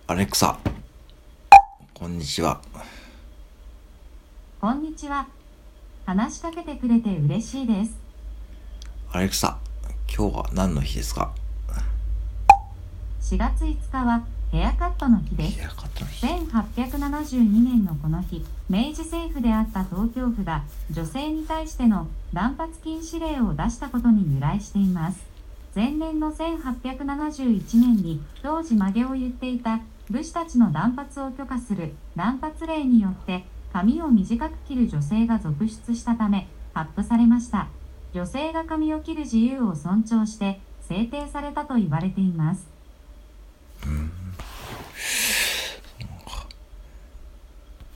アレクサ、こんにちは。 こんにちは。話しかけてくれて嬉しいです。 アレクサ、今日は何の日ですか？ 4月5日はヘアカットの日です。 ヘアカットの日。 1872年のこの日、明治政府であった東京府が女性に対しての断髪禁止令を出したことに由来しています。前年の1871年に当時曲げを言っていた武士たちの断髪を許可する断髪令によって髪を短く切る女性が続出したため発布されました。女性が髪を切る自由を尊重して制定されたと言われています。